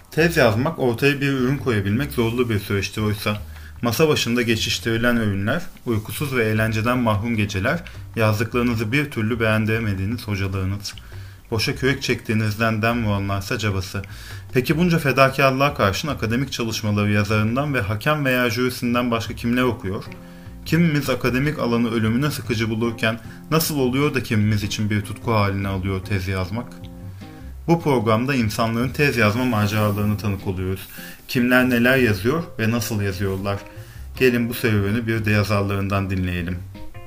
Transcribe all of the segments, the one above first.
Tez yazmak, ortaya bir ürün koyabilmek zorlu bir süreçtir oysa. Masa başında geçiştirilen öğünler, uykusuz ve eğlenceden mahrum geceler, yazdıklarınızı bir türlü beğendiremediğiniz hocalarınız. Boşa kürek çektiğinizden dem vuranlarsa cabası. Peki bunca fedakarlığa karşın akademik çalışmaları yazarından ve hakem veya jürisinden başka kimler okuyor? Kimimiz akademik alanı ölümüne sıkıcı bulurken nasıl oluyor da kimimiz için bir tutku haline alıyor tez yazmak? Bu programda insanların tez yazma maceralarını tanık oluyoruz. Kimler neler yazıyor ve nasıl yazıyorlar? Gelin bu serüveni bir de yazarlarından dinleyelim.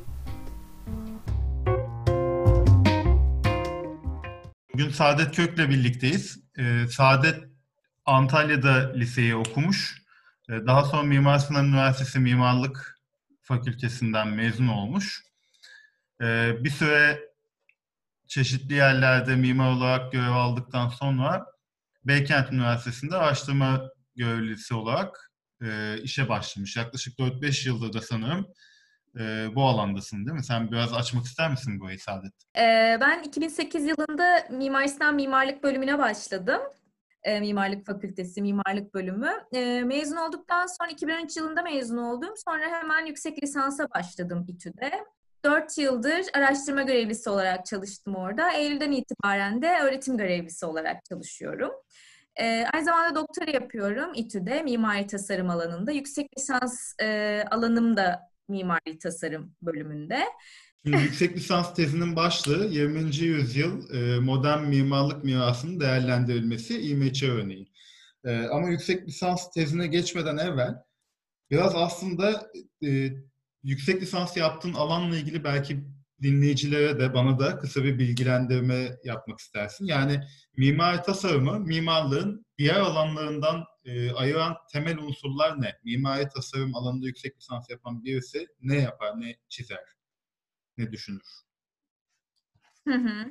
Bugün Saadet Kök'le birlikteyiz. Saadet Antalya'da liseyi okumuş. Daha sonra Mimar Sinan Üniversitesi Mimarlık Fakültesinden mezun olmuş. Bir süre çeşitli yerlerde mimar olarak görev aldıktan sonra Beykent Üniversitesi'nde araştırma görevlisi olarak işe başlamış. Yaklaşık 4-5 yıldır da sanırım bu alandasın değil mi? Sen biraz açmak ister misin burayı Saadet? Ben 2008 yılında Mimar Sinan Mimarlık bölümüne başladım. Mimarlık Fakültesi Mimarlık Bölümü. Mezun olduktan sonra 2013 yılında mezun oldum. Sonra hemen yüksek lisansa başladım İTÜ'de. 4 yıldır araştırma görevlisi olarak çalıştım orada. Eylül'den itibaren de öğretim görevlisi olarak çalışıyorum. Aynı zamanda doktora yapıyorum İTÜ'de mimari tasarım alanında. Yüksek lisans alanım da mimari tasarım bölümünde. Şimdi yüksek lisans tezinin başlığı 20. yüzyıl modern mimarlık mirasının değerlendirilmesi İMÇ örneği. Ama yüksek lisans tezine geçmeden evvel biraz aslında yüksek lisans yaptığın alanla ilgili belki dinleyicilere de bana da kısa bir bilgilendirme yapmak istersin. Yani mimari tasarımı mimarlığın diğer alanlarından ayıran temel unsurlar ne? Mimari tasarım alanında yüksek lisans yapan birisi ne yapar, ne çizer, ne düşünür? Hı hı.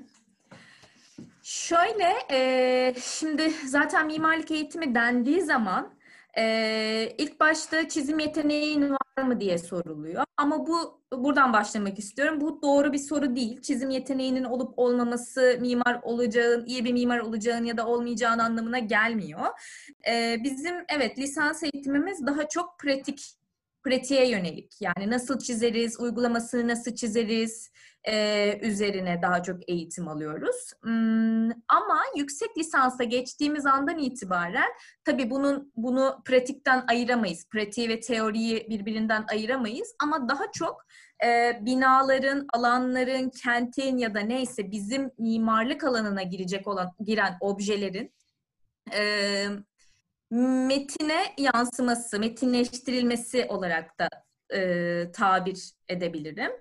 Şöyle, şimdi zaten mimarlık eğitimi dendiği zaman ilk başta çizim yeteneğin var mı diye soruluyor. Ama buradan başlamak istiyorum. Bu doğru bir soru değil. Çizim yeteneğinin olup olmaması mimar olacağın, iyi bir mimar olacağın ya da olmayacağın anlamına gelmiyor. Bizim evet lisans eğitimimiz daha çok pratiğe yönelik. Yani nasıl çizeriz, uygulamasını nasıl çizeriz, üzerine daha çok eğitim alıyoruz. Ama yüksek lisansa geçtiğimiz andan itibaren tabii bunu pratikten ayıramayız. Pratiği ve teoriyi birbirinden ayıramayız. Ama daha çok binaların, alanların, kentin ya da neyse bizim mimarlık alanına giren objelerin e, metine yansıması, metinleştirilmesi olarak da tabir edebilirim.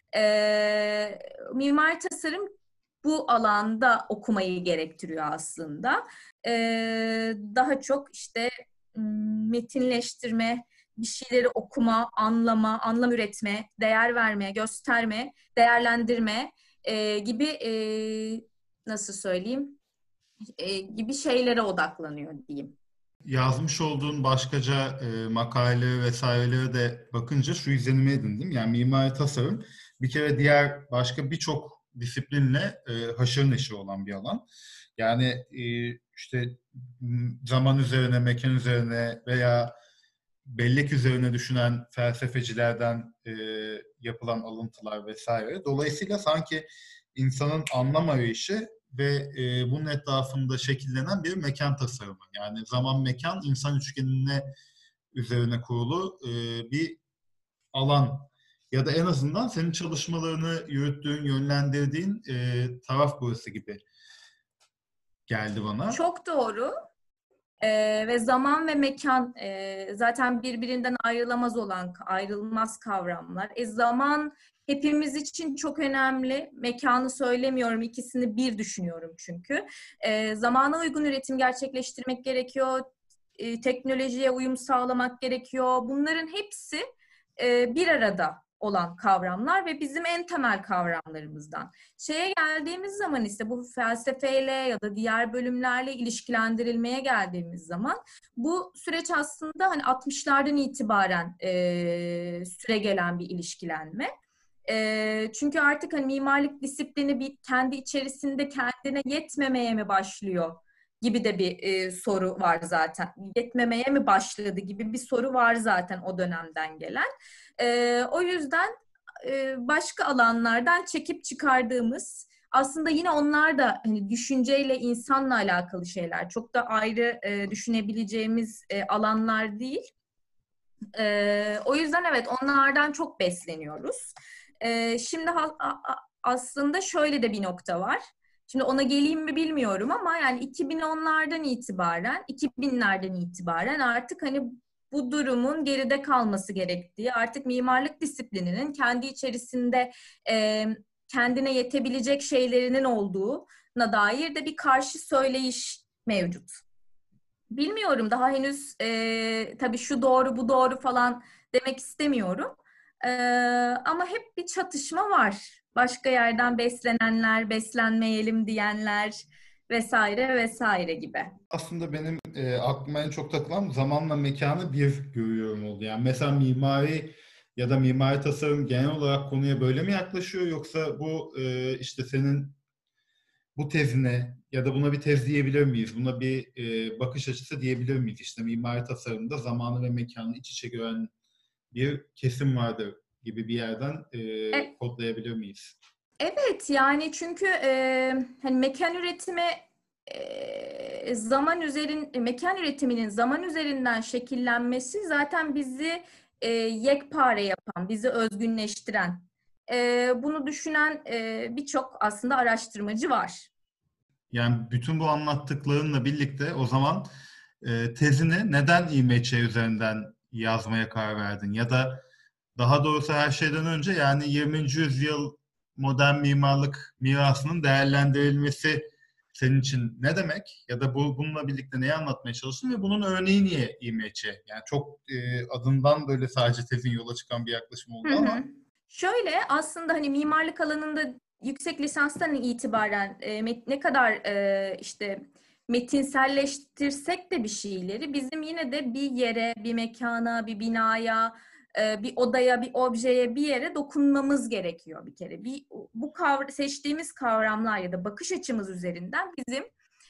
Mimari tasarım bu alanda okumayı gerektiriyor aslında. Daha çok işte metinleştirme, bir şeyleri okuma, anlama, anlam üretme, değer verme, gösterme, değerlendirme gibi nasıl söyleyeyim gibi şeylere odaklanıyor diyeyim. Yazmış olduğun başkaca makale vesaireleri de bakınca şu izlenimi edindim. Yani mimari tasarım bir kere diğer başka birçok disiplinle haşır neşir olan bir alan. Yani işte zaman üzerine, mekan üzerine veya bellek üzerine düşünen felsefecilerden yapılan alıntılar vesaire. Dolayısıyla sanki insanın anlam arayışı ve bunun etrafında şekillenen bir mekan tasarımı. Yani zaman mekan insan üçgenine üzerine kurulu bir alan ya da en azından senin çalışmalarını yürüttüğün, yönlendirdiğin taraf burası gibi geldi bana. Çok doğru. Ve zaman ve mekan zaten birbirinden ayrılmaz kavramlar. Zaman hepimiz için çok önemli. Mekanı söylemiyorum, ikisini bir düşünüyorum çünkü. Zamana uygun üretim gerçekleştirmek gerekiyor. Teknolojiye uyum sağlamak gerekiyor. Bunların hepsi bir arada olan kavramlar ve bizim en temel kavramlarımızdan. Şeye geldiğimiz zaman ise bu felsefeyle ya da diğer bölümlerle ilişkilendirilmeye geldiğimiz zaman bu süreç aslında hani 60'lardan itibaren süre gelen bir ilişkilenme. Çünkü artık hani mimarlık disiplini bir kendi içerisinde kendine yetmemeye mi başlıyor gibi de bir soru var zaten. Yetmemeye mi başladı gibi bir soru var zaten o dönemden gelen. O yüzden başka alanlardan çekip çıkardığımız, aslında yine onlar da hani düşünceyle, insanla alakalı şeyler. Çok da ayrı düşünebileceğimiz alanlar değil. O yüzden evet, onlardan çok besleniyoruz. Şimdi aslında şöyle de bir nokta var. Şimdi ona geleyim mi bilmiyorum ama yani 2010'lardan itibaren, 2000'lerden itibaren artık hani bu durumun geride kalması gerektiği, artık mimarlık disiplininin kendi içerisinde e, kendine yetebilecek şeylerinin olduğuna dair de bir karşı söyleyiş mevcut. Bilmiyorum, daha henüz tabii şu doğru bu doğru falan demek istemiyorum. E, Ama hep bir çatışma var. Başka yerden beslenenler, beslenmeyelim diyenler vesaire vesaire gibi. Aslında benim aklıma en çok takılan zamanla mekanı bir görüyorum oldu. Yani mesela mimari ya da mimari tasarım genel olarak konuya böyle mi yaklaşıyor, yoksa bu işte senin bu tezine ya da buna bir tez diyebilir miyiz? Buna bir bakış açısı diyebilir miyiz? İşte mimari tasarımda zamanı ve mekanı iç içe gören bir kesim vardır gibi bir yerden E, kodlayabilir miyiz? evet, yani çünkü hani mekan üretiminin zaman üzerinden şekillenmesi zaten bizi yekpare yapan, bizi özgünleştiren, bunu düşünen birçok aslında araştırmacı var. Yani bütün bu anlattıklarınla birlikte o zaman tezini neden İMÇ üzerinden yazmaya karar verdin? Ya da daha doğrusu her şeyden önce yani 20. yüzyıl modern mimarlık mirasının değerlendirilmesi senin için ne demek? Ya da bununla birlikte neyi anlatmaya çalıştın ve bunun örneği niye İMÇ? Yani çok adından böyle sadece tezin yola çıkan bir yaklaşım Hı oldu hı. ama Şöyle, aslında hani mimarlık alanında yüksek lisanstan itibaren ne kadar işte metinselleştirsek de bir şeyleri, bizim yine de bir yere, bir mekana, bir binaya, bir odaya, bir objeye, bir yere dokunmamız gerekiyor bir kere. Seçtiğimiz kavramlar ya da bakış açımız üzerinden bizim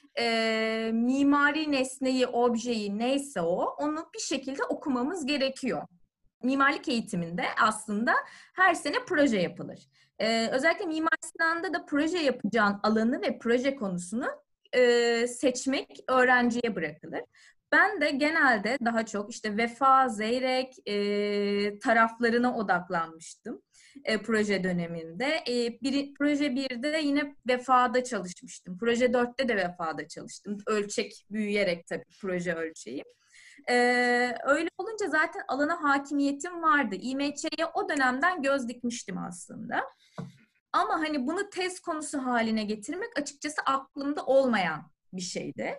mimari nesneyi, objeyi neyse onu bir şekilde okumamız gerekiyor. Mimarlık eğitiminde aslında her sene proje yapılır. Özellikle Mimar Sinan'da da proje yapacağın alanı ve proje konusunu seçmek öğrenciye bırakılır. Ben de genelde daha çok işte Vefa, Zeyrek taraflarına odaklanmıştım proje döneminde. Proje 1'de yine Vefa'da çalışmıştım. Proje 4'te de Vefa'da çalıştım. Ölçek büyüyerek tabii proje ölçeği. Öyle olunca zaten alana hakimiyetim vardı. İMÇ'ye o dönemden göz dikmiştim aslında. Ama hani bunu tez konusu haline getirmek açıkçası aklımda olmayan bir şeydi.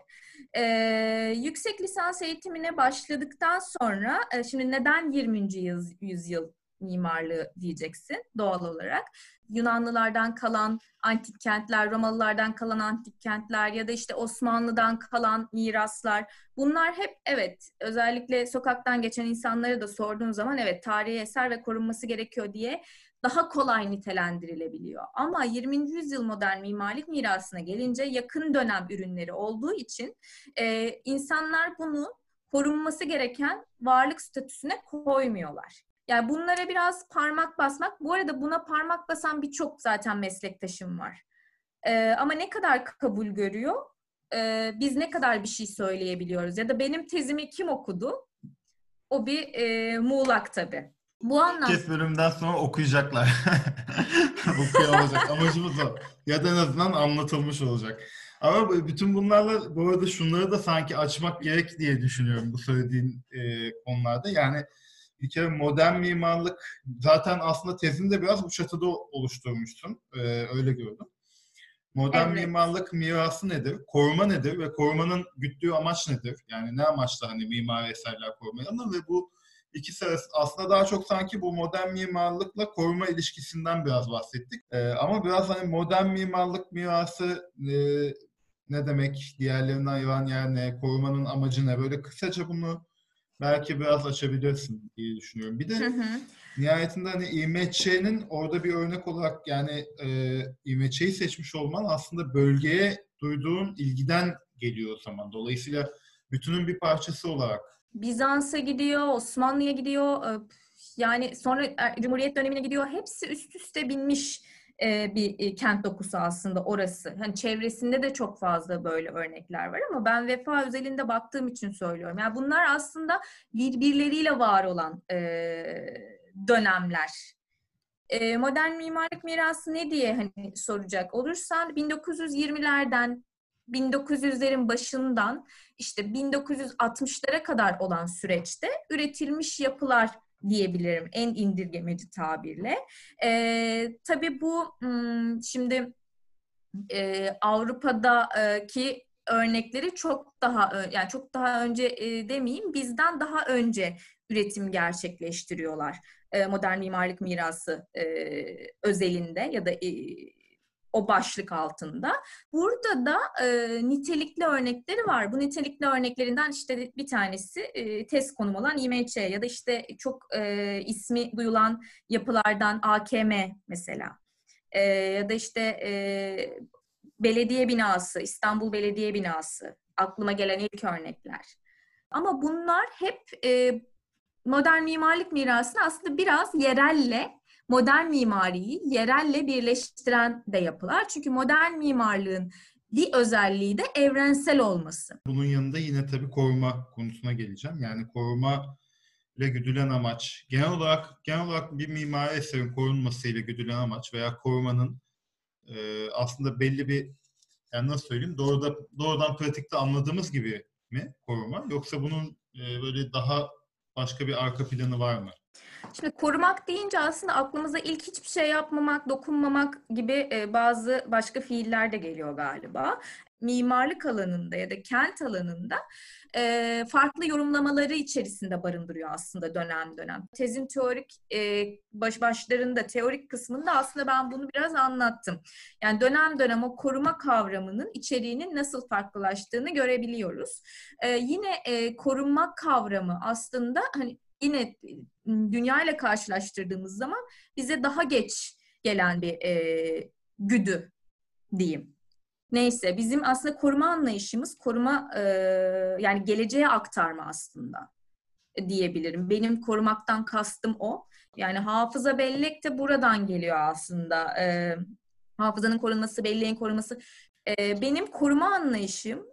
Yüksek lisans eğitimine başladıktan sonra, şimdi neden 20. yüzyıl mimarlığı diyeceksin doğal olarak. Yunanlılardan kalan antik kentler, Romalılardan kalan antik kentler ya da işte Osmanlı'dan kalan miraslar. Bunlar hep, evet, özellikle sokaktan geçen insanlara da sorduğun zaman evet, tarihi eser ve korunması gerekiyor diye daha kolay nitelendirilebiliyor. Ama 20. yüzyıl modern mimarlık mirasına gelince yakın dönem ürünleri olduğu için insanlar bunu korunması gereken varlık statüsüne koymuyorlar. Yani bunlara biraz parmak basmak, bu arada buna parmak basan birçok zaten meslektaşım var. Ama ne kadar kabul görüyor, biz ne kadar bir şey söyleyebiliyoruz ya da benim tezimi kim okudu, o bir muğlak tabii. Bu anlamda Podcast bölümünden sonra okuyacaklar. Okuyan olacak. Amacımız o. Ya da en azından anlatılmış olacak. Ama bütün bunlarla bu arada şunları da sanki açmak gerek diye düşünüyorum bu söylediğin konularda. Yani bir kere modern mimarlık zaten aslında tezini de biraz bu çatıda oluşturmuşsun. Öyle gördüm. Modern evet. mimarlık mirası nedir? Koruma nedir? Ve korumanın güttüğü amaç nedir? Yani ne amaçla hani mimari eserler korumaya alınır ve bu ikisi arası aslında daha çok sanki bu modern mimarlıkla koruma ilişkisinden biraz bahsettik. Ama biraz hani modern mimarlık mirası ne demek? Diğerlerinden ayıran yer ne? Korumanın amacı ne? Böyle kısaca bunu belki biraz açabilirsin diye düşünüyorum. Bir Hı de hı. nihayetinde hani İMÇ'nin orada bir örnek olarak yani İMÇ'yi seçmiş olman aslında bölgeye duyduğun ilgiden geliyor o zaman. Dolayısıyla bütünün bir parçası olarak. Bizans'a gidiyor, Osmanlı'ya gidiyor, yani sonra Cumhuriyet dönemine gidiyor. Hepsi üst üste binmiş bir kent dokusu aslında orası. Hani çevresinde de çok fazla böyle örnekler var ama ben Vefa özelinde baktığım için söylüyorum. Yani bunlar aslında birbirleriyle var olan dönemler. Modern mimarlık mirası ne diye hani soracak olursan 1920'lerden 1900'lerin başından işte 1960'lara kadar olan süreçte üretilmiş yapılar diyebilirim en indirgemeci tabirle. Tabii bu şimdi Avrupa'daki örnekleri çok daha yani çok daha önce demeyeyim bizden daha önce üretim gerçekleştiriyorlar modern mimarlık mirası özelinde ya da o başlık altında. Burada da nitelikli örnekleri var. Bu nitelikli örneklerinden işte bir tanesi tez konum olan İMÇ ya da işte çok ismi duyulan yapılardan AKM mesela. Ya da işte belediye binası, İstanbul Belediye Binası aklıma gelen ilk örnekler. Ama bunlar hep modern mimarlık mirasını aslında biraz yerelle, modern mimariyi yerelle birleştiren de yapılar. Çünkü modern mimarlığın bir özelliği de evrensel olması. Bunun yanında yine tabii koruma konusuna geleceğim. Yani koruma ile güdülen amaç, genel olarak bir mimari eserin korunmasıyla güdülen amaç veya korumanın aslında belli bir, yani nasıl söyleyeyim, doğrudan pratikte anladığımız gibi mi koruma, yoksa bunun böyle daha başka bir arka planı var mı? Şimdi korumak deyince aslında aklımıza ilk hiçbir şey yapmamak, dokunmamak gibi bazı başka fiiller de geliyor galiba. Mimarlık alanında ya da kent alanında farklı yorumlamaları içerisinde barındırıyor aslında dönem dönem. Tezin teorik başlarında, teorik kısmında aslında ben bunu biraz anlattım. Yani dönem dönem o koruma kavramının içeriğinin nasıl farklılaştığını görebiliyoruz. Yine korunma kavramı aslında hani yine dünya ile karşılaştırdığımız zaman bize daha geç gelen bir güdü diyeyim. Neyse bizim aslında koruma anlayışımız koruma yani geleceğe aktarma aslında diyebilirim. Benim korumaktan kastım o. Yani hafıza bellek de buradan geliyor aslında. Hafızanın korunması, belleğin korunması. Benim koruma anlayışım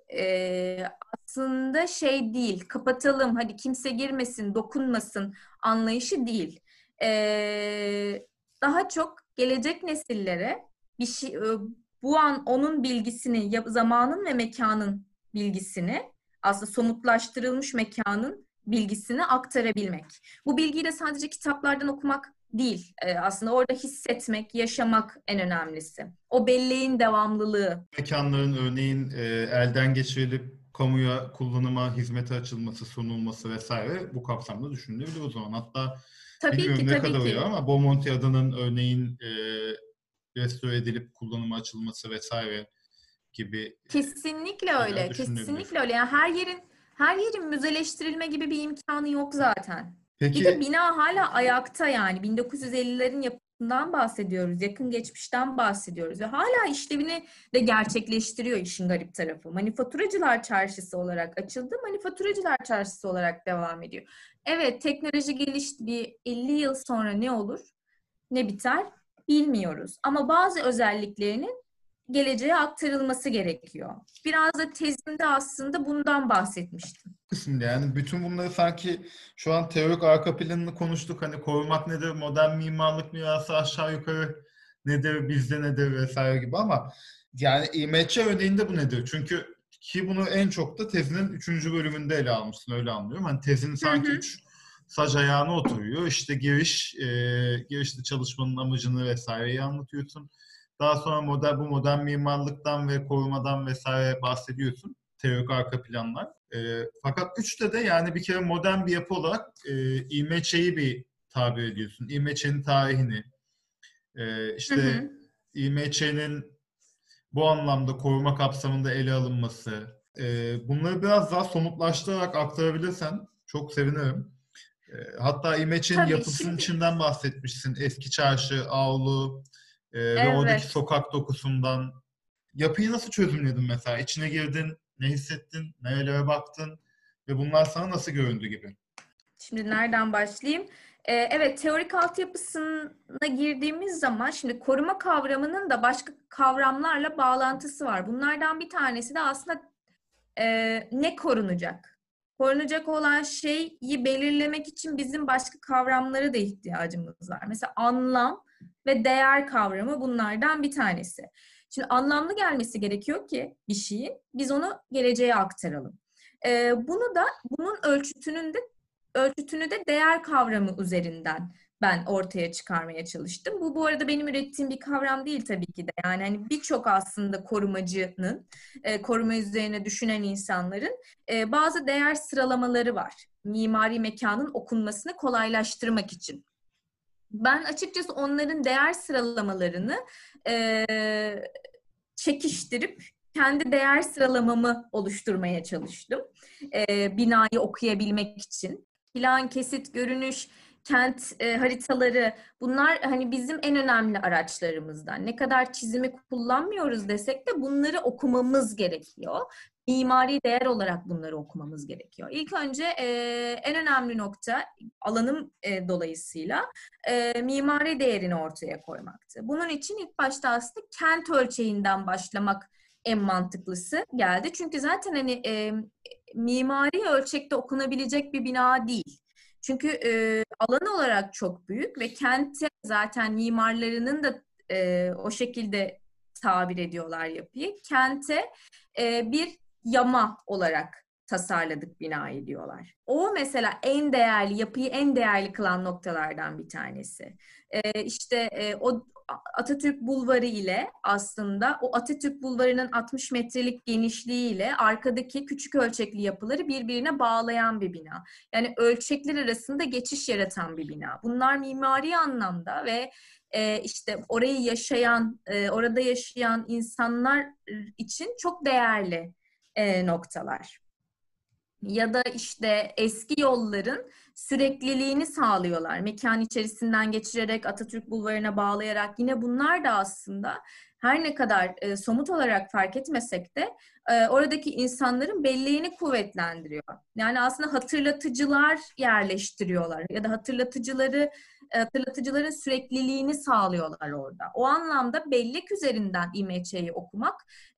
aslında şey değil, kapatalım, hadi kimse girmesin, dokunmasın anlayışı değil. Daha çok gelecek nesillere bir şey, bu an onun bilgisini, zamanın ve mekanın bilgisini, aslında somutlaştırılmış mekanın bilgisini aktarabilmek. Bu bilgiyi de sadece kitaplardan okumak değil. Aslında orada hissetmek, yaşamak en önemlisi. O belleğin devamlılığı. Mekanların örneğin elden geçirilip kamuya kullanıma, hizmete açılması, sunulması vesaire bu kapsamda düşünülebilir o zaman. Hatta Tabii bilmiyorum ki, ne tabii kadar uyuyor ki. ama Bomonti adının örneğin restore edilip kullanıma açılması vesaire gibi Kesinlikle şeyler öyle. düşünülebilir. Kesinlikle öyle. Yani her yerin müzeleştirilme gibi bir imkanı yok zaten. Bir de Peki, bina hala ayakta yani 1950'lerin yapısından bahsediyoruz. Yakın geçmişten bahsediyoruz ve hala işlevini de gerçekleştiriyor işin garip tarafı. Manifaturacılar Çarşısı olarak açıldı. Manifaturacılar Çarşısı olarak devam ediyor. Evet, teknoloji gelişti. Bir 50 yıl sonra ne olur, ne biter bilmiyoruz. Ama bazı özelliklerinin geleceğe aktarılması gerekiyor. Biraz da tezimde aslında bundan bahsetmiştim. kısımda yani bütün bunları sanki şu an teorik arka planını konuştuk. Hani korumak nedir, modern mimarlık mirası aşağı yukarı nedir, bizde nedir vesaire gibi, ama yani İMÇ örneğinde bu nedir? Çünkü ki bunu en çok da tezinin 3. bölümünde ele almışsın, öyle anlıyorum. Hani tezin Hı sanki hı. 3 sac ayağına oturuyor. İşte girişte çalışmanın amacını vesaireyi anlatıyorsun. Daha sonra bu modern mimarlıktan ve korumadan vesaire bahsediyorsun. Teorik arka planlar. Fakat üçte de yani bir kere modern bir yapı olarak İMÇ'yi bir tabir ediyorsun. İMÇ'nin tarihini, Hı işte hı. İMÇ'nin bu anlamda koruma kapsamında ele alınması. Bunları biraz daha somutlaştırarak aktarabilirsen çok sevinirim. Hatta İMÇ'nin Tabii yapısının şimdi içinden bahsetmişsin. Eski çarşı, avlu ve oradaki evet. sokak dokusundan. Yapıyı nasıl çözümledin mesela? İçine girdin, ne hissettin, nerelere baktın ve bunlar sana nasıl göründü gibi? Şimdi nereden başlayayım? Evet, teorik altyapısına girdiğimiz zaman şimdi koruma kavramının da başka kavramlarla bağlantısı var. Bunlardan bir tanesi de aslında ne korunacak? Korunacak olan şeyi belirlemek için bizim başka kavramlara da ihtiyacımız var. Mesela anlam ve değer kavramı bunlardan bir tanesi. Şimdi anlamlı gelmesi gerekiyor ki bir şeyin biz onu geleceğe aktaralım. Bunun ölçütünü de değer kavramı üzerinden ben ortaya çıkarmaya çalıştım. Bu arada benim ürettiğim bir kavram değil tabii ki de. Yani hani birçok aslında korumacının, koruma üzerine düşünen insanların bazı değer sıralamaları var. Mimari mekanın okunmasını kolaylaştırmak için. Ben açıkçası onların değer sıralamalarını e, çekiştirip kendi değer sıralamamı oluşturmaya çalıştım. Binayı okuyabilmek için. Plan, kesit, görünüş, kent haritaları bunlar hani bizim en önemli araçlarımızdan. Ne kadar çizimi kullanmıyoruz desek de bunları okumamız gerekiyor. Mimari değer olarak bunları okumamız gerekiyor. İlk önce en önemli nokta alanım dolayısıyla mimari değerini ortaya koymaktı. Bunun için ilk başta aslında kent ölçeğinden başlamak en mantıklısı geldi. Çünkü zaten hani mimari ölçekte okunabilecek bir bina değil. Çünkü alan olarak çok büyük ve kente zaten mimarlarının da o şekilde tabir ediyorlar yapıyı. Kente bir yama olarak tasarladık binayı diyorlar. O mesela yapıyı en değerli kılan noktalardan bir tanesi. İşte o Atatürk Bulvarı ile aslında o Atatürk Bulvarı'nın 60 metrelik genişliği ile arkadaki küçük ölçekli yapıları birbirine bağlayan bir bina. Yani ölçekler arasında geçiş yaratan bir bina. Bunlar mimari anlamda ve işte orada yaşayan insanlar için çok değerli noktalar. Ya da işte eski yolların sürekliliğini sağlıyorlar. Mekan içerisinden geçirerek Atatürk Bulvarı'na bağlayarak yine bunlar da aslında her ne kadar somut olarak fark etmesek de oradaki insanların belleğini kuvvetlendiriyor. Yani aslında hatırlatıcılar yerleştiriyorlar ya da hatırlatıcıların sürekliliğini sağlıyorlar orada. O anlamda bellek üzerinden İMÇ'yi okumak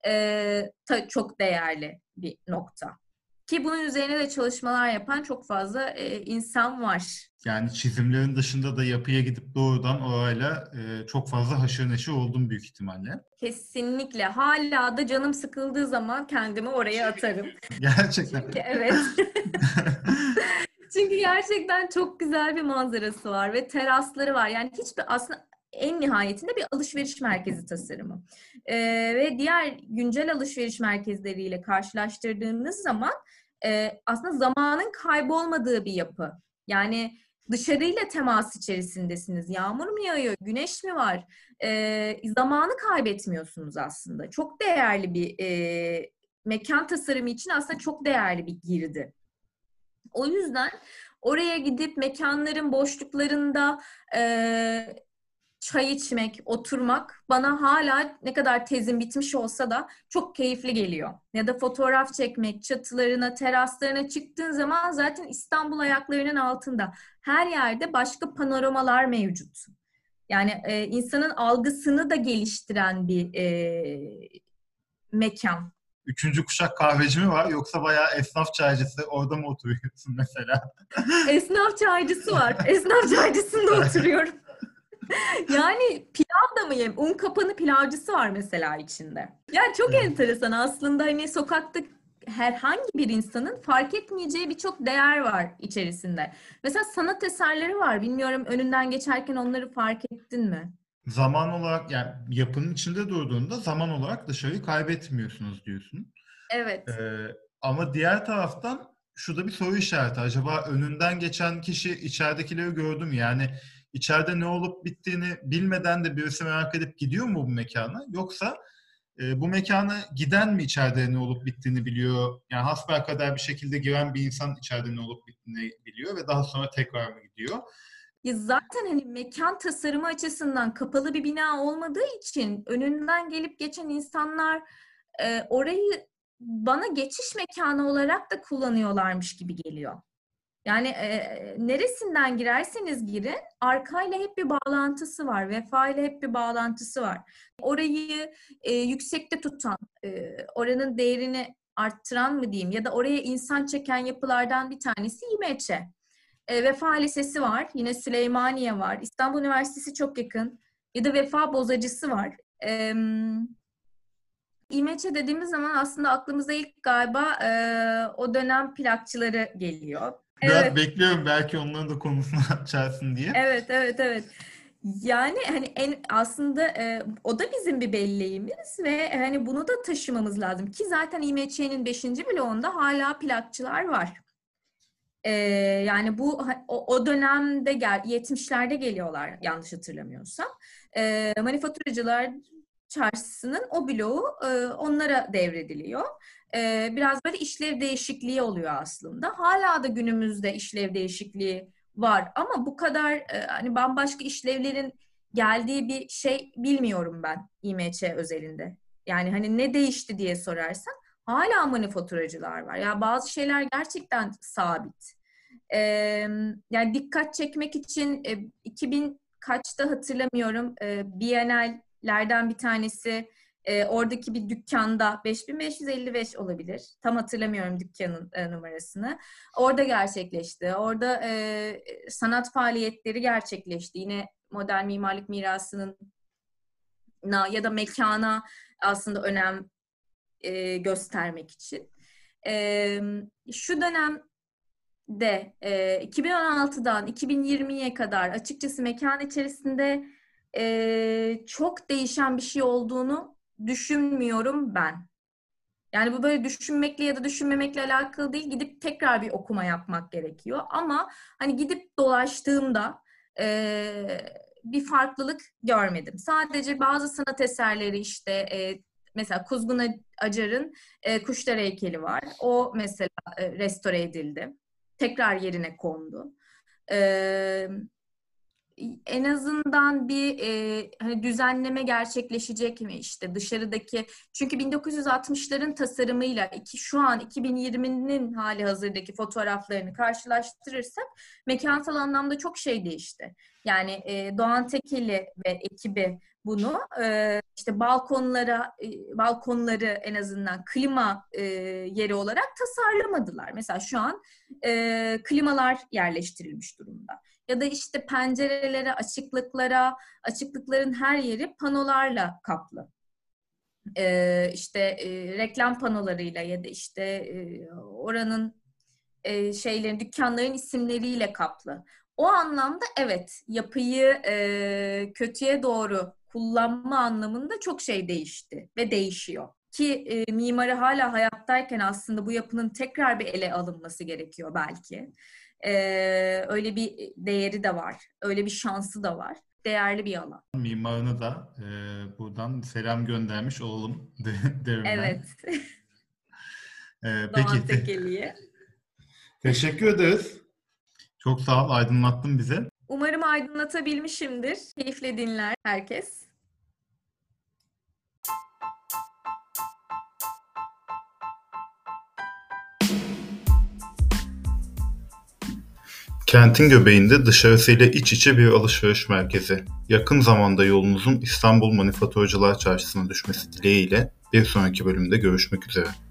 çok değerli bir nokta. Ki bunun üzerine de çalışmalar yapan çok fazla insan var. Yani çizimlerin dışında da yapıya gidip doğrudan orayla çok fazla haşır neşir oldum büyük ihtimalle. Kesinlikle. Hala da canım sıkıldığı zaman kendimi oraya atarım. Gerçekten. Çünkü evet. Çünkü gerçekten çok güzel bir manzarası var ve terasları var. Yani aslında en nihayetinde bir alışveriş merkezi tasarımı. Ve diğer güncel alışveriş merkezleriyle karşılaştırdığınız zaman aslında zamanın kaybolmadığı bir yapı. Yani dışarıyla temas içerisindesiniz. Yağmur mu yağıyor, güneş mi var? Zamanı kaybetmiyorsunuz aslında. Çok değerli bir mekan tasarımı için aslında çok değerli bir girdi. O yüzden oraya gidip mekanların boşluklarında çay içmek, oturmak bana hala ne kadar tezim bitmiş olsa da çok keyifli geliyor. Ya da fotoğraf çekmek, çatılarına, teraslarına çıktığın zaman zaten İstanbul ayaklarının altında. Her yerde başka panoramalar mevcut. Yani insanın algısını da geliştiren bir mekan. Üçüncü kuşak kahveci mi var yoksa bayağı esnaf çaycısı orada mı oturuyorsun mesela? Esnaf çaycısı var. Esnaf çaycısında oturuyorum. Yani pilav da mı yiyeyim? Un kapanı pilavcısı var mesela içinde. Ya çok enteresan aslında hani sokakta herhangi bir insanın fark etmeyeceği birçok değer var içerisinde. Mesela sanat eserleri var. Bilmiyorum önünden geçerken onları fark ettin mi? Zaman olarak yani yapının içinde durduğunda zaman olarak dışarıyı kaybetmiyorsunuz diyorsun. Evet. Ama diğer taraftan şu da bir soru işareti. Acaba önünden geçen kişi içeridekileri gördü mü? Yani içeride ne olup bittiğini bilmeden de birisi merak edip gidiyor mu bu mekana? Yoksa bu mekana giden mi içeride ne olup bittiğini biliyor? Yani hasbelkader bir şekilde giren bir insan içeride ne olup bittiğini biliyor ve daha sonra tekrar mı gidiyor? Ya zaten hani mekan tasarımı açısından kapalı bir bina olmadığı için önünden gelip geçen insanlar orayı bana geçiş mekanı olarak da kullanıyorlarmış gibi geliyor. Yani neresinden girerseniz girin, arkayla hep bir bağlantısı var, vefayla hep bir bağlantısı var. Orayı yüksekte tutan, oranın değerini arttıran mı diyeyim ya da oraya insan çeken yapılardan bir tanesi İMÇ. Vefa Lisesi var, yine Süleymaniye var, İstanbul Üniversitesi çok yakın ya da Vefa Bozacısı var. İMÇ dediğimiz zaman aslında aklımıza ilk galiba o dönem plakçıları geliyor. Biraz Evet, bekliyorum belki onların da konusunu açarsın diye. evet. Yani hani aslında o da bizim bir belleğimiz ve hani bunu da taşımamız lazım ki zaten İMÇ'nin 5. bloğunda hala plakçılar var. Yani bu o dönemde 70'lerde geliyorlar yanlış hatırlamıyorsam. Manifaturacılar Çarşısı'nın o bloğu onlara devrediliyor. Biraz böyle işlev değişikliği oluyor aslında. Hala da günümüzde işlev değişikliği var ama bu kadar hani bambaşka işlevlerin geldiği bir şey bilmiyorum ben İMÇ özelinde. Yani hani ne değişti diye sorarsan hala manifaturacılar var. Ya bazı şeyler gerçekten sabit. Yani dikkat çekmek için 2000 kaçta hatırlamıyorum Biennale'lerden bir tanesi oradaki bir dükkanda 5555 olabilir. Tam hatırlamıyorum dükkanın numarasını. Orada gerçekleşti. Orada sanat faaliyetleri gerçekleşti. Yine modern mimarlık mirasının ya da mekana aslında önem göstermek için. Şu dönemde 2016'dan 2020'ye kadar açıkçası mekan içerisinde çok değişen bir şey olduğunu düşünmüyorum ben. Yani bu böyle düşünmekle ya da düşünmemekle alakalı değil. Gidip tekrar bir okuma yapmak gerekiyor. Ama hani gidip dolaştığımda bir farklılık görmedim. Sadece bazı sanat eserleri işte mesela Kuzgun Acar'ın Kuşlar heykeli var. O mesela restore edildi. Tekrar yerine kondu. En azından bir hani düzenleme gerçekleşecek mi işte dışarıdaki çünkü 1960'ların tasarımıyla şu an 2020'nin hali hazırdaki fotoğraflarını karşılaştırırsak mekansal anlamda çok şey değişti. Yani Doğan Tekeli ve ekibi bunu işte balkonları en azından klima yeri olarak tasarlamadılar. Mesela şu an klimalar yerleştirilmiş durumda. Ya da işte pencerelere, açıklıkların her yeri panolarla kaplı. İşte reklam panolarıyla ya da işte oranın dükkanların isimleriyle kaplı. O anlamda evet, yapıyı kötüye doğru kullanma anlamında çok şey değişti ve değişiyor. Ki mimarı hala hayattayken aslında bu yapının tekrar bir ele alınması gerekiyor belki. Öyle bir değeri de var. Öyle bir şansı da var. Değerli bir alan. Mimarına da buradan selam göndermiş olalım derim ben. Evet. Doğan Peki, Tekeli'ye. teşekkür ederiz. Çok sağ ol, aydınlattın bize. Umarım aydınlatabilmişimdir. Keyifle dinler herkes. Kentin göbeğinde dışarısıyla iç içe bir alışveriş merkezi. Yakın zamanda yolunuzun İstanbul Manifaturacılar Çarşısı'na düşmesi dileğiyle bir sonraki bölümde görüşmek üzere.